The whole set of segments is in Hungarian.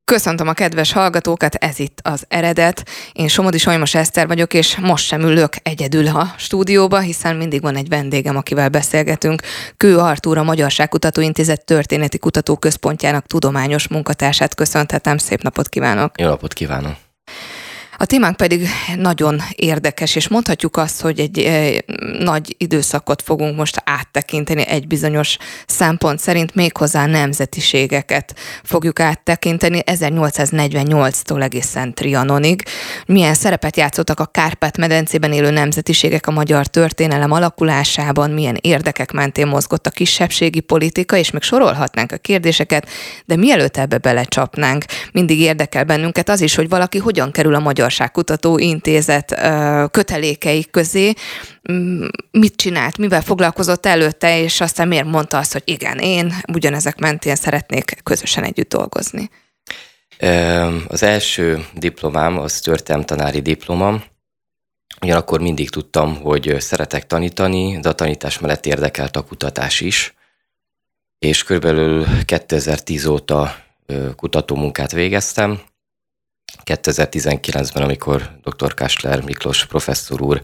Köszöntöm a kedves hallgatókat, ez itt az Eredet. Én Somodi Solymos Eszter vagyok, és most sem ülök egyedül a stúdióba, hiszen mindig van egy vendégem, akivel beszélgetünk. Kő Artúr, a Magyarságkutató Intézet Történeti Kutatóközpontjának tudományos munkatársát köszönhetem. Szép napot kívánok! Jó napot kívánok! A témánk pedig nagyon érdekes, és mondhatjuk azt, hogy egy nagy időszakot fogunk most áttekinteni egy bizonyos szempont szerint, méghozzá nemzetiségeket fogjuk áttekinteni 1848-tól egészen Trianonig. Milyen szerepet játszottak a Kárpát-medencében élő nemzetiségek a magyar történelem alakulásában, milyen érdekek mentén mozgott a kisebbségi politika, és még sorolhatnánk a kérdéseket, de mielőtt ebbe belecsapnánk, mindig érdekel bennünket az is, hogy valaki hogyan kerül a Magyarságkutató Intézet kötelékei közé, mit csinált, mivel foglalkozott előtte, és aztán miért mondta azt, hogy igen, én ugyanezek mentén szeretnék közösen együtt dolgozni. Az első diplomám, az történelemtanári diplomam. Ugyanakkor mindig tudtam, hogy szeretek tanítani, de a tanítás mellett érdekelt a kutatás is. És körülbelül 2010 óta kutatómunkát végeztem. 2019-ben, amikor dr. Kastler Miklós professzor úr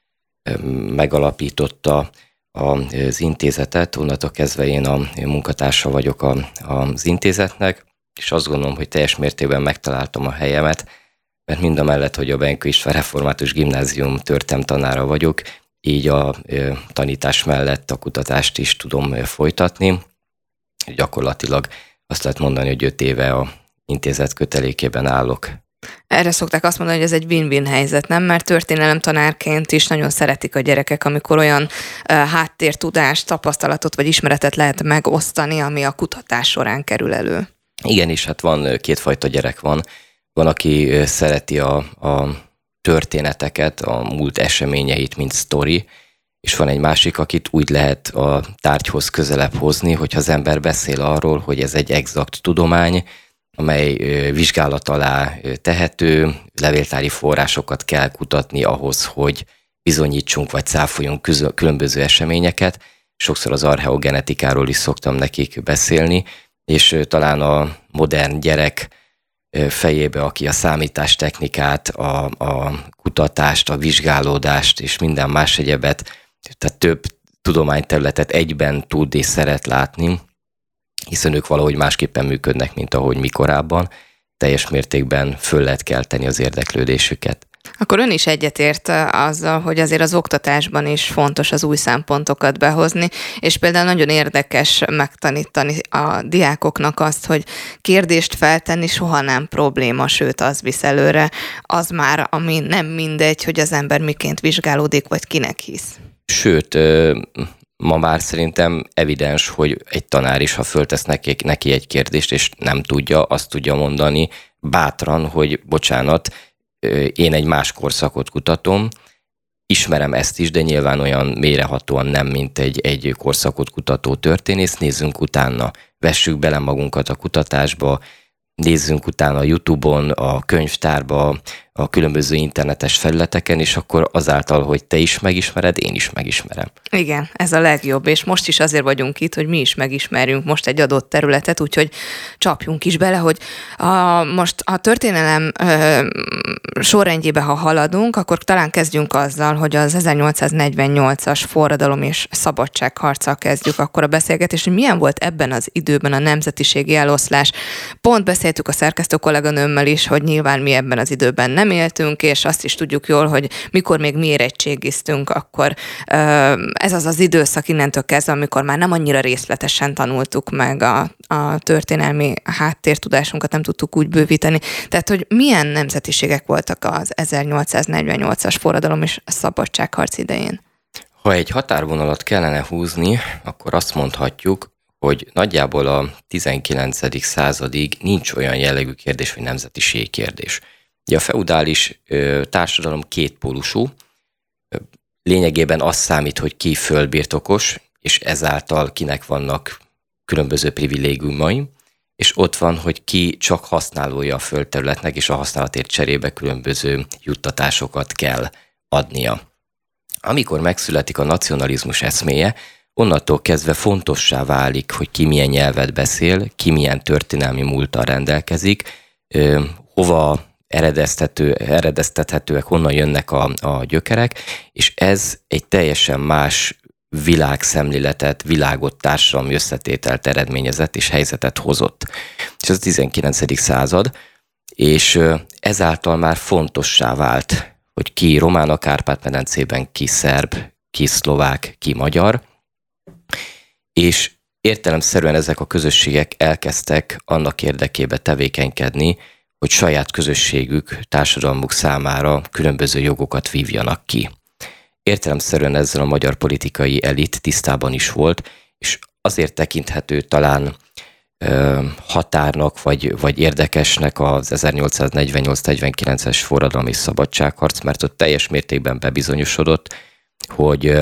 megalapította az intézetet, onnantól kezdve én a munkatársa vagyok az intézetnek, és azt gondolom, hogy teljes mértékben megtaláltam a helyemet, mert mindamellett, hogy a Benkő István Református Gimnázium történelmtanára vagyok, így a tanítás mellett a kutatást is tudom folytatni. Gyakorlatilag azt lehet mondani, hogy 5 éve a intézet kötelékében állok. Erre szokták azt mondani, hogy ez egy win-win helyzet, nem? Mert történelemtanárként is nagyon szeretik a gyerekek, amikor olyan háttértudást, tapasztalatot vagy ismeretet lehet megosztani, ami a kutatás során kerül elő. Igen, és hát van kétfajta gyerek van. Van, aki szereti a történeteket, a múlt eseményeit, mint sztori, és van egy másik, akit úgy lehet a tárgyhoz közelebb hozni, hogyha az ember beszél arról, hogy ez egy exakt tudomány, amely vizsgálat alá tehető, levéltári forrásokat kell kutatni ahhoz, hogy bizonyítsunk vagy cáfoljunk különböző eseményeket. Sokszor az archeogenetikáról is szoktam nekik beszélni, és talán a modern gyerek fejébe, aki a számítástechnikát, a kutatást, a vizsgálódást és minden más egyebet, tehát több tudományterületet egyben tud és szeret látni, hiszen ők valahogy másképpen működnek, mint ahogy mi korábban. Teljes mértékben föl lehet kelteni az érdeklődésüket. Akkor ön is egyetért azzal, hogy azért az oktatásban is fontos az új szempontokat behozni, és például nagyon érdekes megtanítani a diákoknak azt, hogy kérdést feltenni soha nem probléma, sőt az visz előre, az már, ami nem mindegy, hogy az ember miként vizsgálódik, vagy kinek hisz. Sőt, ma már szerintem evidens, hogy egy tanár is, ha föltesz neki egy kérdést, és nem tudja, azt tudja mondani bátran, hogy bocsánat, én egy más korszakot kutatom, ismerem ezt is, de nyilván olyan mélyrehatóan nem, mint egy korszakot kutató történész. Nézzünk utána, vessük bele magunkat a kutatásba, nézzünk utána a YouTube-on, a könyvtárba, a különböző internetes felületeken, és akkor azáltal, hogy te is megismered, én is megismerem. Igen, ez a legjobb, és most is azért vagyunk itt, hogy mi is megismerjünk most egy adott területet, úgyhogy csapjunk is bele, hogy most a történelem sorrendjébe, ha haladunk, akkor talán kezdjünk azzal, hogy az 1848-as forradalom és szabadságharccal kezdjük akkor a beszélgetést, hogy milyen volt ebben az időben a nemzetiségi eloszlás. Pont beszéltük a szerkesztő kolléganőmmel is, hogy nyilván mi ebben az időben nem éltünk, és azt is tudjuk jól, hogy mikor még mi érettségiztünk, akkor ez az az időszak innentől kezdve, amikor már nem annyira részletesen tanultuk meg a történelmi háttértudásunkat, nem tudtuk úgy bővíteni. Tehát, hogy milyen nemzetiségek voltak az 1848-as forradalom és szabadságharc idején? Ha egy határvonalat kellene húzni, akkor azt mondhatjuk, hogy nagyjából a 19. századig nincs olyan jellegű kérdés, hogy nemzetiségi kérdés. Ugye a feudális társadalom kétpólusú, lényegében az számít, hogy ki földbirtokos, és ezáltal kinek vannak különböző privilégiumai, és ott van, hogy ki csak használója a földterületnek, és a használatért cserébe különböző juttatásokat kell adnia. Amikor megszületik a nacionalizmus eszméje, onnantól kezdve fontossá válik, hogy ki milyen nyelvet beszél, ki milyen történelmi múlttal rendelkezik, hova eredeztethetőek, honnan jönnek a gyökerek, és ez egy teljesen más világszemléletet, világot, társadalmi összetételt eredményezett és helyzetet hozott. És ez a 19. század, és ezáltal már fontossá vált, hogy ki román a Kárpát-medencében, ki szerb, ki szlovák, ki magyar, és értelemszerűen ezek a közösségek elkezdtek annak érdekébe tevékenykedni, hogy saját közösségük, társadalmuk számára különböző jogokat vívjanak ki. Értelemszerűen ezzel a magyar politikai elit tisztában is volt, és azért tekinthető talán határnak vagy érdekesnek az 1848-49-es forradalmi szabadságharc, mert ott teljes mértékben bebizonyosodott, hogy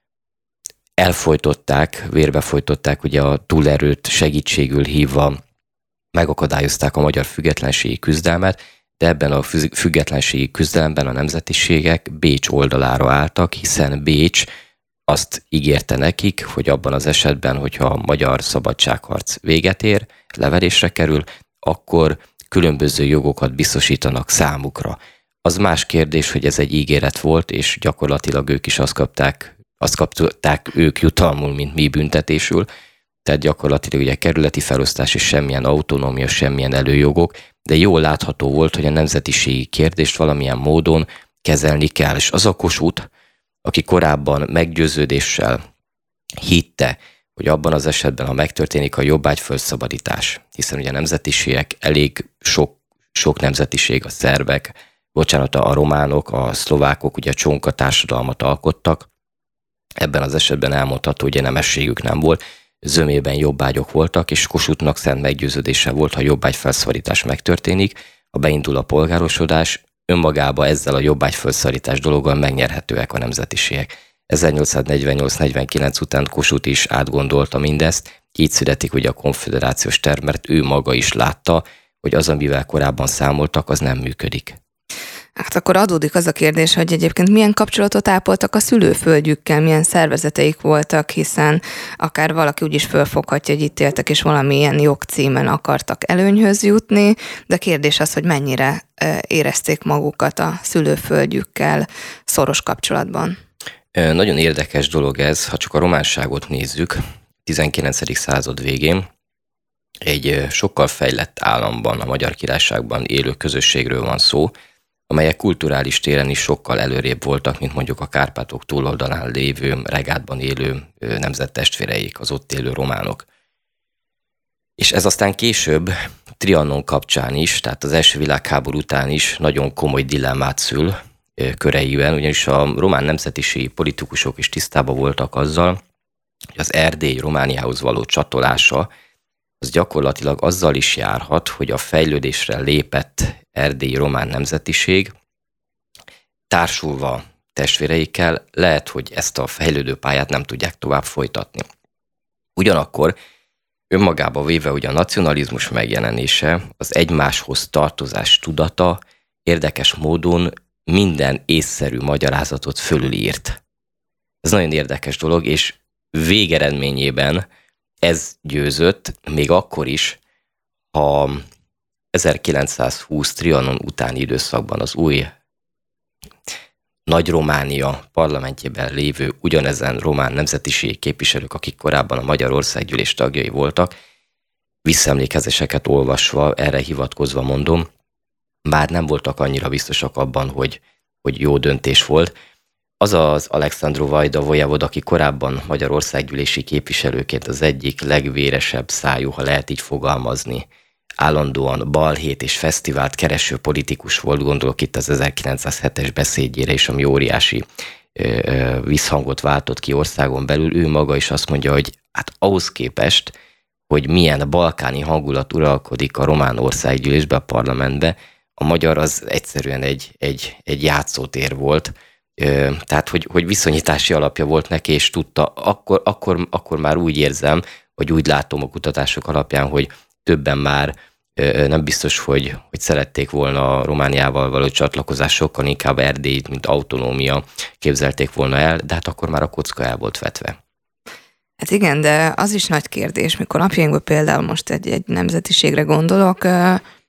vérbefolytották ugye a túlerőt segítségül hívva, megakadályozták a magyar függetlenségi küzdelmet, de ebben a függetlenségi küzdelemben a nemzetiségek Bécs oldalára álltak, hiszen Bécs azt ígérte nekik, hogy abban az esetben, hogyha a magyar szabadságharc véget ér, leverésre kerül, akkor különböző jogokat biztosítanak számukra. Az más kérdés, hogy ez egy ígéret volt, és gyakorlatilag ők is azt kapták ők jutalmul, mint mi büntetésül, tehát gyakorlatilag ugye kerületi felosztás és semmilyen autonómia, semmilyen előjogok, de jól látható volt, hogy a nemzetiségi kérdést valamilyen módon kezelni kell. És az a Kossuth, aki korábban meggyőződéssel hitte, hogy abban az esetben, ha megtörténik a jobbágy felszabadítás, hiszen ugye a nemzetiségek elég sok nemzetiség, a szerbek, a románok, a szlovákok ugye csonka társadalmat alkottak, ebben az esetben elmondható, hogy nemességük nem volt, zömében jobbágyok voltak, és Kossuthnak szent meggyőződése volt, ha jobbágy felszabadítás megtörténik, ha beindul a polgárosodás, önmagában ezzel a jobbágy felszabadítás dologgal megnyerhetőek a nemzetiségek. 1848-49 után Kossuth is átgondolta mindezt, így születik ugye a konföderációs terv, mert ő maga is látta, hogy az, amivel korábban számoltak, az nem működik. Hát akkor adódik az a kérdés, hogy egyébként milyen kapcsolatot ápoltak a szülőföldjükkel, milyen szervezeteik voltak, hiszen akár valaki úgy is fölfoghatja, hogy itt éltek, és valamilyen jogcímen akartak előnyhöz jutni, de kérdés az, hogy mennyire érezték magukat a szülőföldjükkel szoros kapcsolatban. Nagyon érdekes dolog ez, ha csak a románságot nézzük, 19. század végén egy sokkal fejlett államban, a Magyar Királyságban élő közösségről van szó, amelyek kulturális téren is sokkal előrébb voltak, mint mondjuk a Kárpátok túloldalán lévő, Regátban élő nemzettestvéreik, az ott élő románok. És ez aztán később Trianon kapcsán is, tehát az első világháború után is nagyon komoly dilemmát szül köreiben, ugyanis a román nemzetiségi politikusok is tisztában voltak azzal, hogy az Erdély Romániához való csatolása az gyakorlatilag azzal is járhat, hogy a fejlődésre lépett erdélyi román nemzetiség társulva testvéreikkel lehet, hogy ezt a fejlődő pályát nem tudják tovább folytatni. Ugyanakkor önmagába véve, hogy a nacionalizmus megjelenése, az egymáshoz tartozás tudata érdekes módon minden észszerű magyarázatot fölülírt. Ez nagyon érdekes dolog, és végeredményében ez győzött, még akkor is, ha 1920 Trianon utáni időszakban az új Nagy-Románia parlamentjében lévő ugyanezen román nemzetiségi képviselők, akik korábban a Magyar Országgyűlés tagjai voltak, visszaemlékezéseket olvasva, erre hivatkozva mondom, bár nem voltak annyira biztosak abban, hogy jó döntés volt. Az az Alexandru Vajda vojevod, aki korábban Magyar Országgyűlési képviselőként az egyik legvéresebb szájú, ha lehet így fogalmazni, állandóan balhét és fesztivált kereső politikus volt, gondolok itt az 1907-es beszédjére is, ami óriási visszhangot váltott ki országon belül. Ő maga is azt mondja, hogy hát ahhoz képest, hogy milyen balkáni hangulat uralkodik a román országgyűlésbe, a parlamentbe, a magyar az egyszerűen egy játszótér volt. Tehát, hogy viszonyítási alapja volt neki, és tudta, akkor már úgy érzem, vagy úgy látom a kutatások alapján, hogy többen már nem biztos, hogy szerették volna a Romániával való csatlakozás, sokkal inkább Erdélyt, mint autonómia képzelték volna el, de hát akkor már a kocka el volt vetve. Hát igen, de az is nagy kérdés, mikor napjainkban például most egy nemzetiségre gondolok,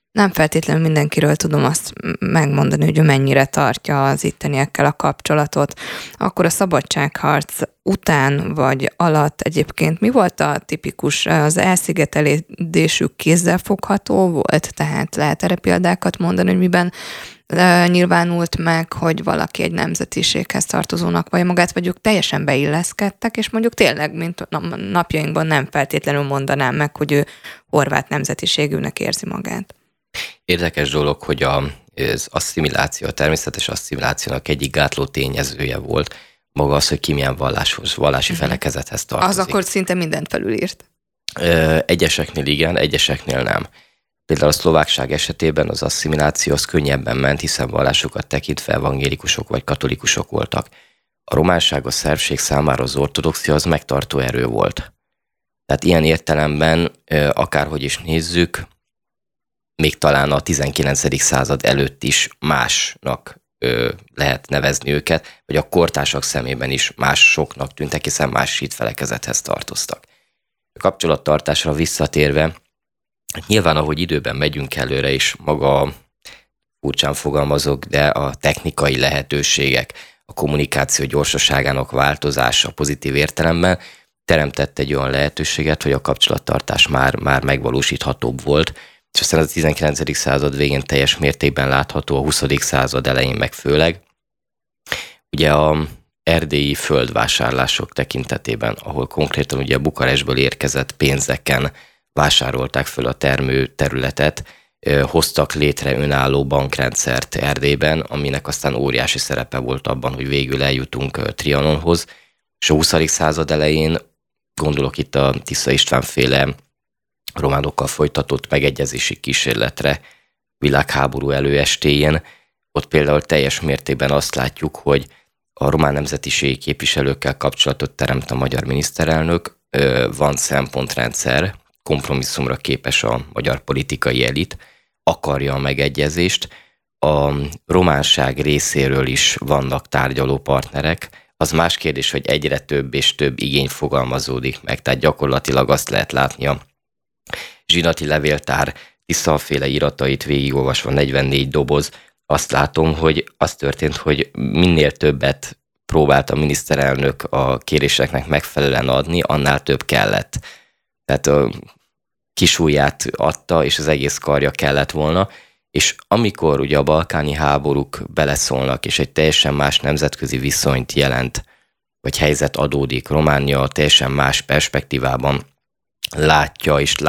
Nem feltétlenül mindenkiről tudom azt megmondani, hogy ő mennyire tartja az itteniekkel a kapcsolatot. Akkor a szabadságharc után vagy alatt egyébként mi volt a tipikus, az elszigetelődésük kézzelfogható volt? Tehát lehet erre példákat mondani, hogy miben nyilvánult meg, hogy valaki egy nemzetiséghez tartozónak vallja magát, vagy ők teljesen beilleszkedtek, és mondjuk tényleg, mint napjainkban nem feltétlenül mondanám meg, hogy ő horvát nemzetiségűnek érzi magát. Érdekes dolog, hogy az asszimiláció, a természetes asszimilációnak egyik gátló tényezője volt maga az, hogy ki milyen vallási felekezethez tartozik. Az akkor szinte mindent felülírt. Egyeseknél igen, egyeseknél nem. Például a szlovákság esetében az asszimiláció az könnyebben ment, hiszen vallásukat tekintve evangélikusok vagy katolikusok voltak. A románság, a szerbség számára az ortodoxia az megtartó erő volt. Tehát ilyen értelemben, akárhogy is nézzük, még talán a 19. század előtt is másnak lehet nevezni őket, vagy a kortársak szemében is másoknak tűntek, hiszen más hitfelekezethez tartoztak. A kapcsolattartásra visszatérve, nyilván ahogy időben megyünk előre, és maga furcsán fogalmazok, de a technikai lehetőségek, a kommunikáció gyorsaságának változása pozitív értelemben teremtett egy olyan lehetőséget, hogy a kapcsolattartás már megvalósíthatóbb volt, és aztán a 19. század végén teljes mértékben látható, a 20. század elején meg főleg. Ugye a erdélyi földvásárlások tekintetében, ahol konkrétan ugye Bukarestből érkezett pénzeken vásárolták föl a termőterületet, hoztak létre önálló bankrendszert Erdélyben, aminek aztán óriási szerepe volt abban, hogy végül eljutunk Trianonhoz, és a 20. század elején, gondolok itt a Tisza István féle románokkal folytatott megegyezési kísérletre világháború előestéjén, ott például teljes mértékben azt látjuk, hogy a román nemzetiségi képviselőkkel kapcsolatot teremt a magyar miniszterelnök, van szempontrendszer, kompromisszumra képes a magyar politikai elit, akarja a megegyezést, a románság részéről is vannak tárgyaló partnerek, az más kérdés, hogy egyre több és több igény fogalmazódik meg, tehát gyakorlatilag azt lehet látni a zsinati levéltár Tisza-féle iratait végigolvasva 44 doboz, azt látom, hogy az történt, hogy minél többet próbált a miniszterelnök a kéréseknek megfelelően adni, annál több kellett. Tehát a kisujját adta, és az egész karja kellett volna, és amikor ugye a balkáni háborúk beleszólnak, és egy teljesen más nemzetközi viszonyt jelent, vagy helyzet adódik, Románia teljesen más perspektívában látja és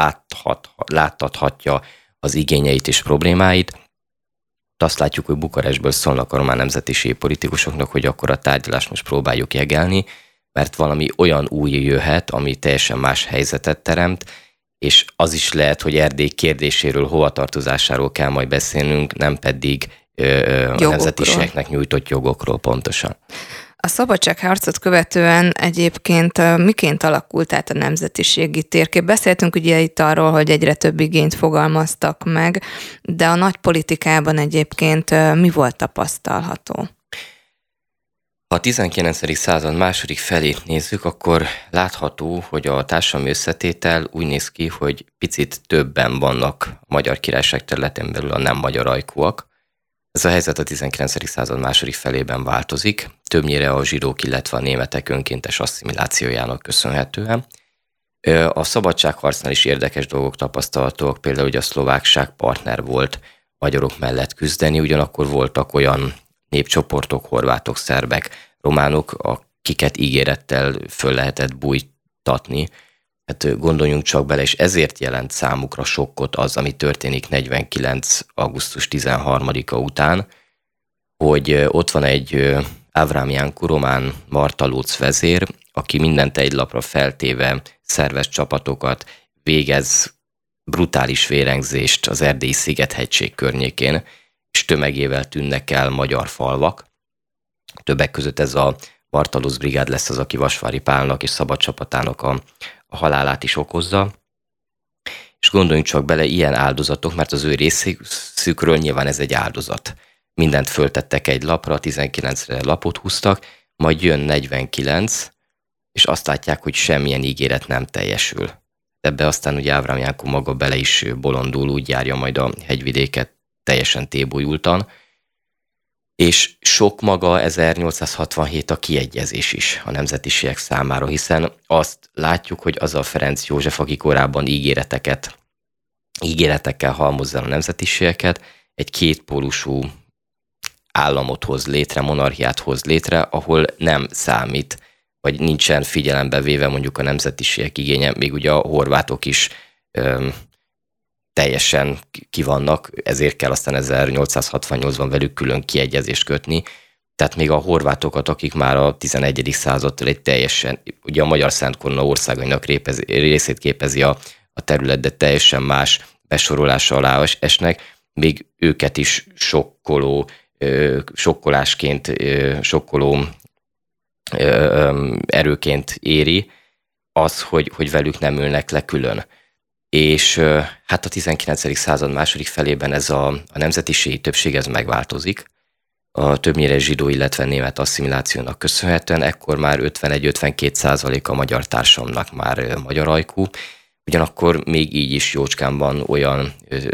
láttathatja az igényeit és problémáit. Azt látjuk, hogy Bukarestből szólnak a román nemzetiségi politikusoknak, hogy akkor a tárgyalást most próbáljuk jegelni, mert valami olyan új jöhet, ami teljesen más helyzetet teremt, és az is lehet, hogy Erdély kérdéséről, hovatartozásáról kell majd beszélnünk, nem pedig a nemzetiségeknek nyújtott jogokról pontosan. A szabadságharcot követően egyébként miként alakult át a nemzetiségi térkép? Beszéltünk ugye itt arról, hogy egyre több igényt fogalmaztak meg, de a nagy politikában egyébként mi volt tapasztalható? Ha a 19. század második felét nézzük, akkor látható, hogy a társadalmi összetétel úgy néz ki, hogy picit többen vannak a Magyar Királyság területén belül a nem magyar ajkúak. Ez a helyzet a 19. század második felében változik, többnyire a zsidók, illetve a németek önkéntes asszimilációjának köszönhetően. A szabadságharcnál is érdekes dolgok tapasztalatok, például, hogy a szlovákság partner volt magyarok mellett küzdeni, ugyanakkor voltak olyan népcsoportok, horvátok, szerbek, románok, akiket ígérettel föl lehetett bújtatni. Hát gondoljunk csak bele, és ezért jelent számukra sokkot az, ami történik 49. augusztus 13-a után, hogy ott van egy Ávram Janku, román martalóc vezér, aki mindent egy lapra feltéve szervez csapatokat, végez brutális vérengzést az erdélyi Sziget-hegység környékén, és tömegével tűnnek el magyar falvak. Többek között ez a Martalóc brigád lesz az, aki Vasvári Pálnak és szabad csapatának a halálát is okozza. És gondoljunk csak bele, ilyen áldozatok, mert az ő részükről nyilván ez egy áldozat. Mindent föltettek egy lapra, 19-re lapot húztak, majd jön 49, és azt látják, hogy semmilyen ígéret nem teljesül. Ebbe aztán ugye Ávram Jánkó maga bele is bolondul, úgy járja majd a hegyvidéket teljesen tébolyultan, és sok maga 1867 a kiegyezés is a nemzetiségek számára, hiszen azt látjuk, hogy az a Ferenc József, aki korábban ígéretekkel halmozza a nemzetiségeket, egy kétpólusú államot hoz létre, monarchiát hoz létre, ahol nem számít, vagy nincsen figyelembe véve mondjuk a nemzetiségek igénye, még ugye a horvátok is teljesen kivannak, ezért kell aztán 1868-ban velük külön kiegyezést kötni. Tehát még a horvátokat, akik már a 11. századtól egy teljesen, ugye a Magyar Szent Korona országainak részét képezi a terület, de teljesen más besorolása alá esnek, még őket is sokkoló erőként éri az, hogy velük nem ülnek le külön. És hát a 19. század második felében ez a nemzetiségi többség ez megváltozik, a többnyire zsidó, illetve német asszimilációnak köszönhetően, ekkor már 51-52% a magyar társadalomnak már magyar ajkú, ugyanakkor még így is jócskán van olyan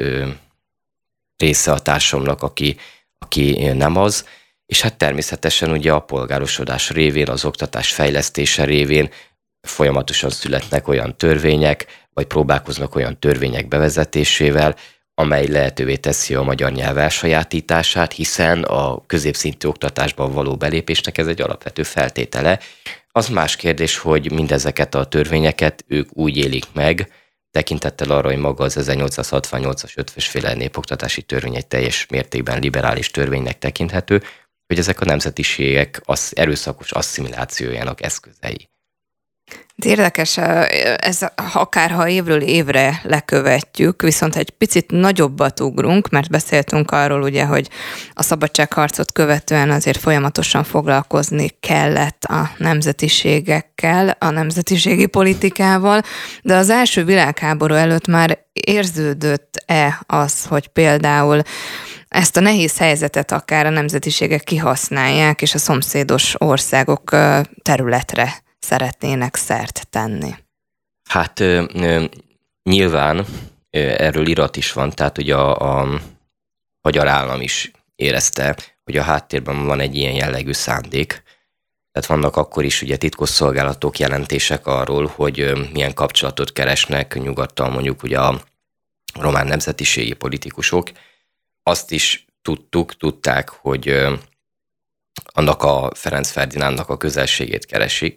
része a társadalomnak, aki nem az, és hát természetesen ugye a polgárosodás révén, az oktatás fejlesztése révén folyamatosan születnek olyan törvények, vagy próbálkoznak olyan törvények bevezetésével, amely lehetővé teszi a magyar nyelv elsajátítását, hiszen a középszintű oktatásban való belépésnek ez egy alapvető feltétele. Az más kérdés, hogy mindezeket a törvényeket ők úgy élik meg, tekintettel arra, hogy maga az 1868-as 50-féle népoktatási törvény egy teljes mértékben liberális törvénynek tekinthető, hogy ezek a nemzetiségek erőszakos asszimilációjának eszközei. De érdekes, ez akárha évről évre lekövetjük, viszont egy picit nagyobbat ugrunk, mert beszéltünk arról ugye, hogy a szabadságharcot követően azért folyamatosan foglalkozni kellett a nemzetiségekkel, a nemzetiségi politikával, de az első világháború előtt már érződött-e az, hogy például ezt a nehéz helyzetet akár a nemzetiségek kihasználják, és a szomszédos országok területre szeretnének szert tenni? Hát nyilván erről irat is van, tehát ugye a magyar állam is érezte, hogy a háttérben van egy ilyen jellegű szándék. Tehát vannak akkor is ugye titkosszolgálatok jelentések arról, hogy milyen kapcsolatot keresnek nyugattal mondjuk ugye a román nemzetiségi politikusok. Azt is tudták, hogy annak a Ferenc Ferdinándnak a közelségét keresik,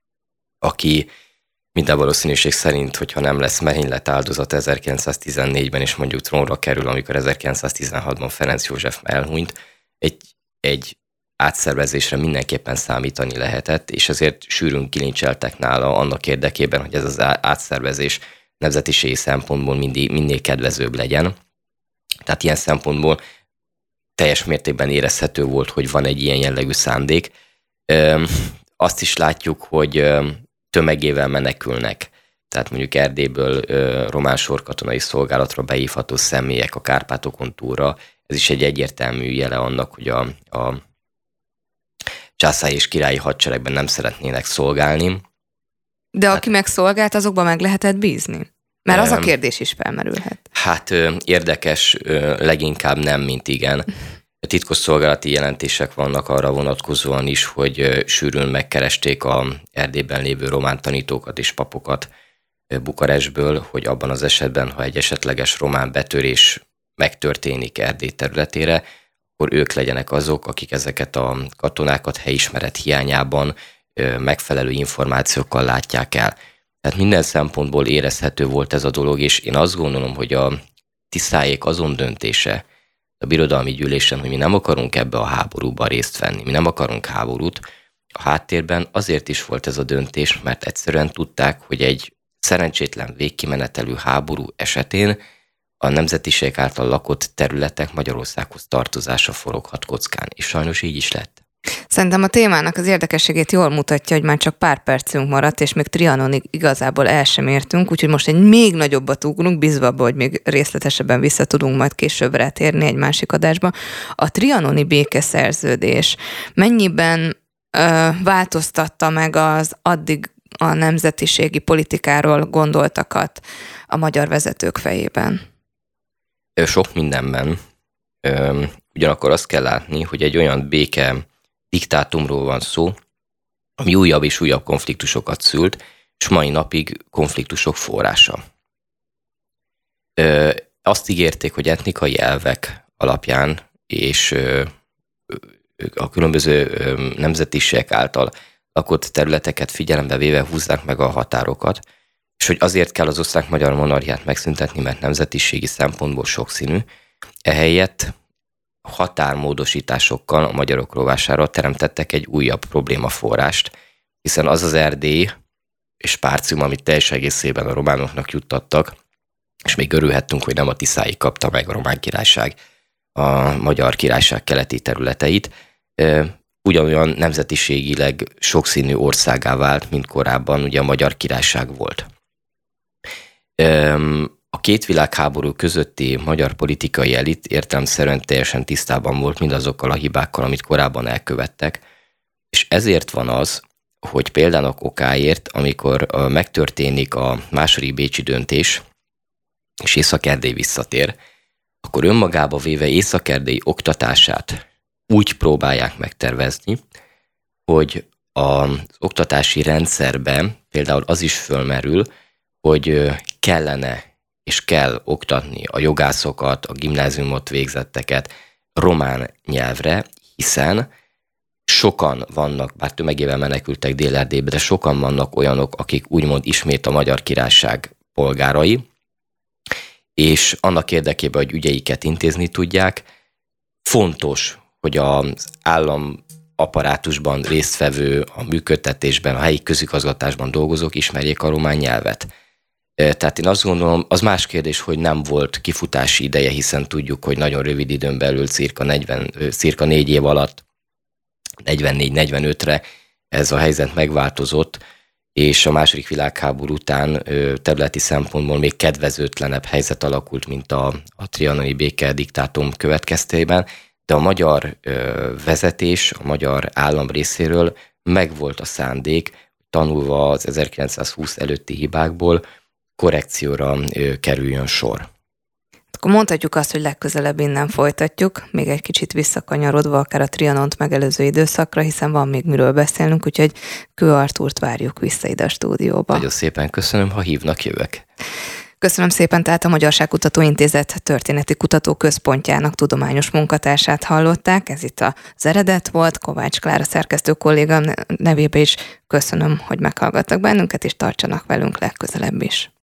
aki minden valószínűség szerint, hogyha nem lesz merénylet áldozat 1914-ben, és mondjuk trónra kerül, amikor 1916-ban Ferenc József elhunyt, egy átszervezésre mindenképpen számítani lehetett, és ezért sűrűn kilincseltek nála annak érdekében, hogy ez az átszervezés nemzetiségi szempontból minél kedvezőbb legyen. Tehát ilyen szempontból teljes mértékben érezhető volt, hogy van egy ilyen jellegű szándék. Azt is látjuk, hogy tömegével menekülnek. Tehát mondjuk Erdélyből román sorkatonai szolgálatra beívható személyek a Kárpátokon túlra. Ez is egy egyértelmű jele annak, hogy a császári és királyi hadseregben nem szeretnének szolgálni. De aki megszolgált, azokban meg lehetett bízni? Mert az a kérdés is felmerülhet. Hát érdekes, leginkább nem, mint igen. Titkosszolgálati jelentések vannak arra vonatkozóan is, hogy sűrűn megkeresték a Erdélyben lévő román tanítókat és papokat Bukarestből, hogy abban az esetben, ha egy esetleges román betörés megtörténik Erdély területére, akkor ők legyenek azok, akik ezeket a katonákat helyismeret hiányában megfelelő információkkal látják el. Tehát minden szempontból érezhető volt ez a dolog, és én azt gondolom, hogy a tisztáék azon döntése a birodalmi gyűlésen, hogy mi nem akarunk ebbe a háborúba részt venni, mi nem akarunk háborút, a háttérben azért is volt ez a döntés, mert egyszerűen tudták, hogy egy szerencsétlen végkimenetelű háború esetén a nemzetiség által lakott területek Magyarországhoz tartozása foroghat kockán, és sajnos így is lett. Szerintem a témának az érdekességét jól mutatja, hogy már csak pár percünk maradt, és még Trianonig igazából el sem értünk, úgyhogy most egy még nagyobbat ugrunk, bízva abba, hogy még részletesebben vissza tudunk majd később rátérni egy másik adásba. A trianoni békeszerződés mennyiben változtatta meg az addig a nemzetiségi politikáról gondoltakat a magyar vezetők fejében? Sok mindenben. Ugyanakkor azt kell látni, hogy egy olyan béke diktátumról van szó, ami újabb és újabb konfliktusokat szült, és mai napig konfliktusok forrása. Azt ígérték, hogy etnikai elvek alapján és a különböző nemzetiségek által lakott területeket figyelembe véve húzzák meg a határokat, és hogy azért kell az osztrák-magyar monarchiát megszüntetni, mert nemzetiségi szempontból sokszínű. Ehelyett határmódosításokkal a magyarok rovására teremtettek egy újabb problémaforrást, hiszen az az Erdély és Spárcium, amit teljes egészében a románoknak juttattak, és még örülhettünk, hogy nem a Tiszáig kapta meg a Román Királyság a Magyar Királyság keleti területeit, ugyanolyan nemzetiségileg sokszínű országá vált, mint korábban ugye a Magyar Királyság volt. A két világháború közötti magyar politikai elit értelemszerűen teljesen tisztában volt mindazokkal a hibákkal, amit korábban elkövettek, és ezért van az, hogy például okáért, amikor megtörténik a második bécsi döntés, és Észak-Erdély visszatér, akkor önmagába véve Észak-Erdély oktatását úgy próbálják megtervezni, hogy az oktatási rendszerben például az is fölmerül, hogy kellene és kell oktatni a jogászokat, a gimnáziumot végzetteket román nyelvre, hiszen sokan vannak, bár tömegével menekültek Dél-Erdélybe, de sokan vannak olyanok, akik úgymond ismét a Magyar Királyság polgárai, és annak érdekében, hogy ügyeiket intézni tudják, fontos, hogy az állam apparátusban résztvevő, a működtetésben, a helyi közigazgatásban dolgozók ismerjék a román nyelvet. Tehát én azt gondolom, az más kérdés, hogy nem volt kifutási ideje, hiszen tudjuk, hogy nagyon rövid időn belül, cirka 4 év alatt, 44-45-re ez a helyzet megváltozott, és a második világháború után területi szempontból még kedvezőtlenebb helyzet alakult, mint a trianoni béke diktátum következtében, de a magyar vezetés, a magyar állam részéről megvolt a szándék, tanulva az 1920 előtti hibákból, korrekcióra kerüljön sor. Akkor mondhatjuk azt, hogy legközelebb innen folytatjuk, még egy kicsit visszakanyarodva akár a Trianont megelőző időszakra, hiszen van még miről beszélnünk, úgyhogy Kő Artúrt várjuk vissza ide a stúdióba. Nagyon szépen köszönöm, ha hívnak, jövök. Köszönöm szépen, tehát a Magyarságkutató Intézet Történeti Kutatóközpontjának tudományos munkatársát hallották. Ez itt az Eredet volt, Kovács Klára szerkesztő kollégám nevében is köszönöm, hogy meghallgattak bennünket, és tartsanak velünk legközelebb is.